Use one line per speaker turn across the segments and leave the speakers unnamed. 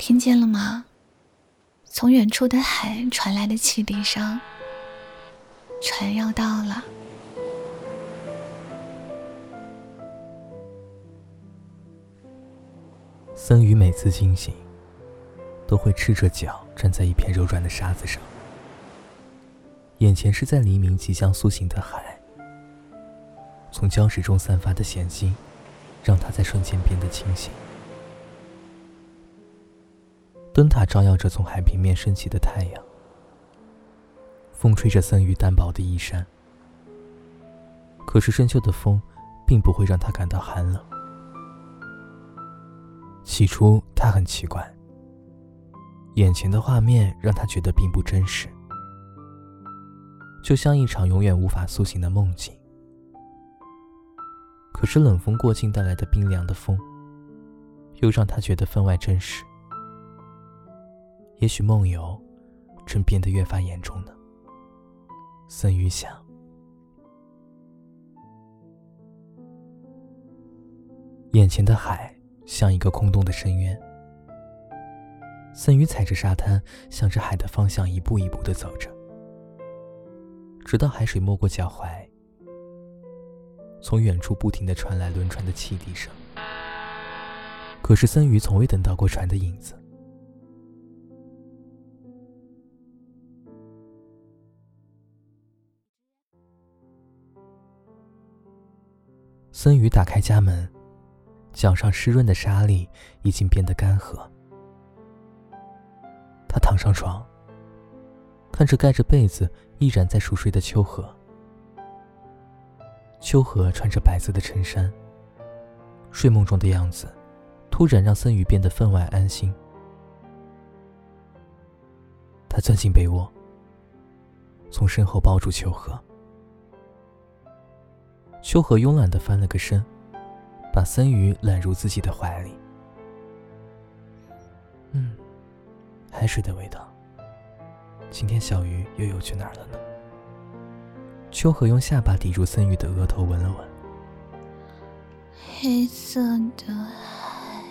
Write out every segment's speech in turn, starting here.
听见了吗？从远处的海传来的汽笛声，船要到了。
僧侣每次惊醒，都会赤着脚站在一片柔软的沙子上，眼前是在黎明即将苏醒的海，从礁石中散发的咸腥，让他在瞬间变得清醒。灯塔照耀着从海平面升起的太阳，风吹着僧侣单薄的衣衫，可是深秋的风并不会让他感到寒冷。起初他很奇怪，眼前的画面让他觉得并不真实，就像一场永远无法苏醒的梦境。可是冷风过境带来的冰凉的风，又让他觉得分外真实。也许梦游正变得越发严重呢，僧侣想。眼前的海像一个空洞的深渊，僧侣踩着沙滩，向着海的方向一步一步地走着，直到海水没过脚踝。从远处不停地传来轮船的汽笛声，可是僧侣从未等到过船的影子。僧侣打开家门，脚上湿润的沙粒已经变得干涸。他躺上床，看着盖着被子依然在熟睡的秋荷。秋荷穿着白色的衬衫，睡梦中的样子突然让僧侣变得分外安心。他钻进被窝，从身后抱住秋荷。秋荷慵懒地翻了个身，把僧侣揽入自己的怀里。海水的味道，今天小鱼又游去哪儿了呢？秋荷用下巴抵住僧侣的额头闻了闻。
黑色的海。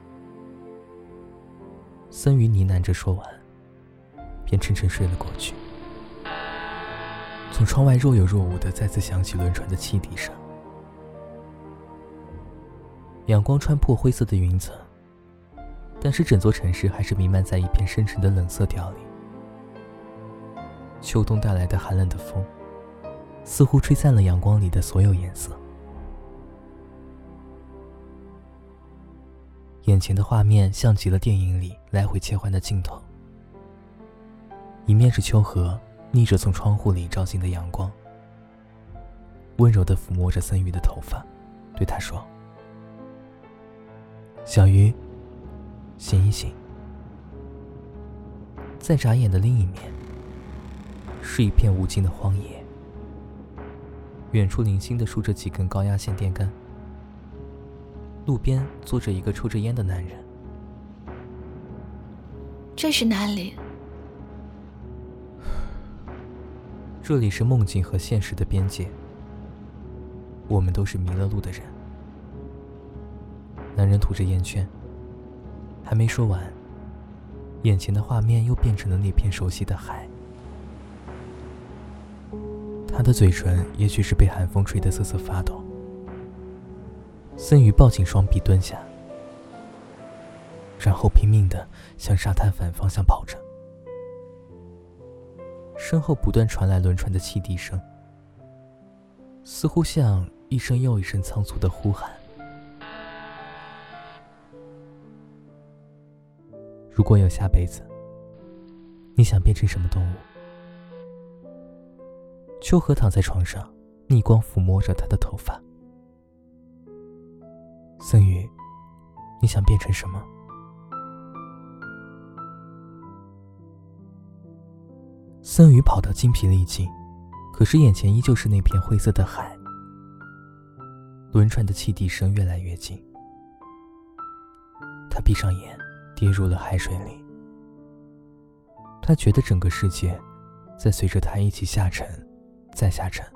僧侣呢喃着说完，便沉沉睡了过去。从窗外若有若无地再次响起轮船的汽笛声，阳光穿破灰色的云层，但是整座城市还是弥漫在一片深沉的冷色调里。秋冬带来的寒冷的风似乎吹散了阳光里的所有颜色。眼前的画面像极了电影里来回切换的镜头，一面是秋荷逆着从窗户里照进的阳光，温柔地抚摸着僧侣的头发，对他说：小鱼，醒一醒。在眨眼的另一面，是一片无尽的荒野，远处零星地竖着几根高压线电杆，路边坐着一个抽着烟的男人。
这是哪里？
这里是梦境和现实的边界，我们都是迷了路的人。男人吐着烟圈，还没说完，眼前的画面又变成了那片熟悉的海。他的嘴唇也许是被寒风吹得瑟瑟发抖。僧侣抱紧双臂蹲下，然后拼命地向沙滩反方向跑着。身后不断传来轮船的汽笛声，似乎像一声又一声仓促的呼喊。如果有下辈子，你想变成什么动物？秋荷躺在床上，逆光抚摸着他的头发。僧侣，你想变成什么？僧侣跑得精疲力尽，可是眼前依旧是那片灰色的海。轮船的汽笛声越来越近，他闭上眼，跌入了海水里。他觉得整个世界在随着他一起下沉，再下沉。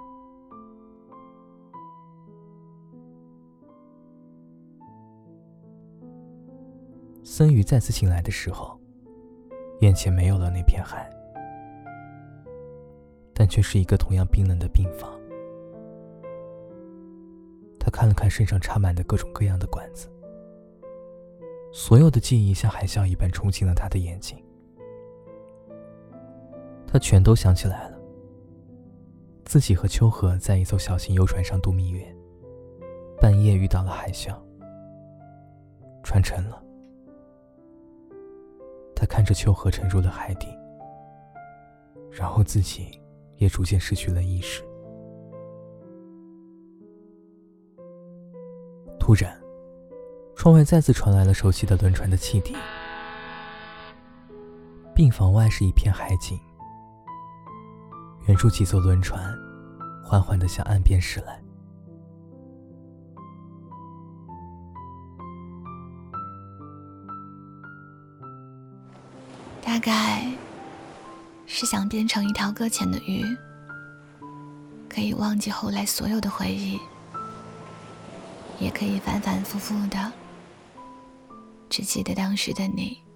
森鱼再次醒来的时候，眼前没有了那片海，但却是一个同样冰冷的病房。他看了看身上插满的各种各样的管子，所有的记忆像海啸一般冲进了他的眼睛。他全都想起来了，自己和秋荷在一艘小型游船上度蜜月，半夜遇到了海啸，船沉了。他看着秋荷沉入了海底，然后自己也逐渐失去了意识。突然，窗外再次传来了熟悉的轮船的汽笛。病房外是一片海景，远处几艘轮船缓缓地向岸边驶来。
大概是想变成一条搁浅的鱼，可以忘记后来所有的回忆，也可以反反复复的只记得当时的你。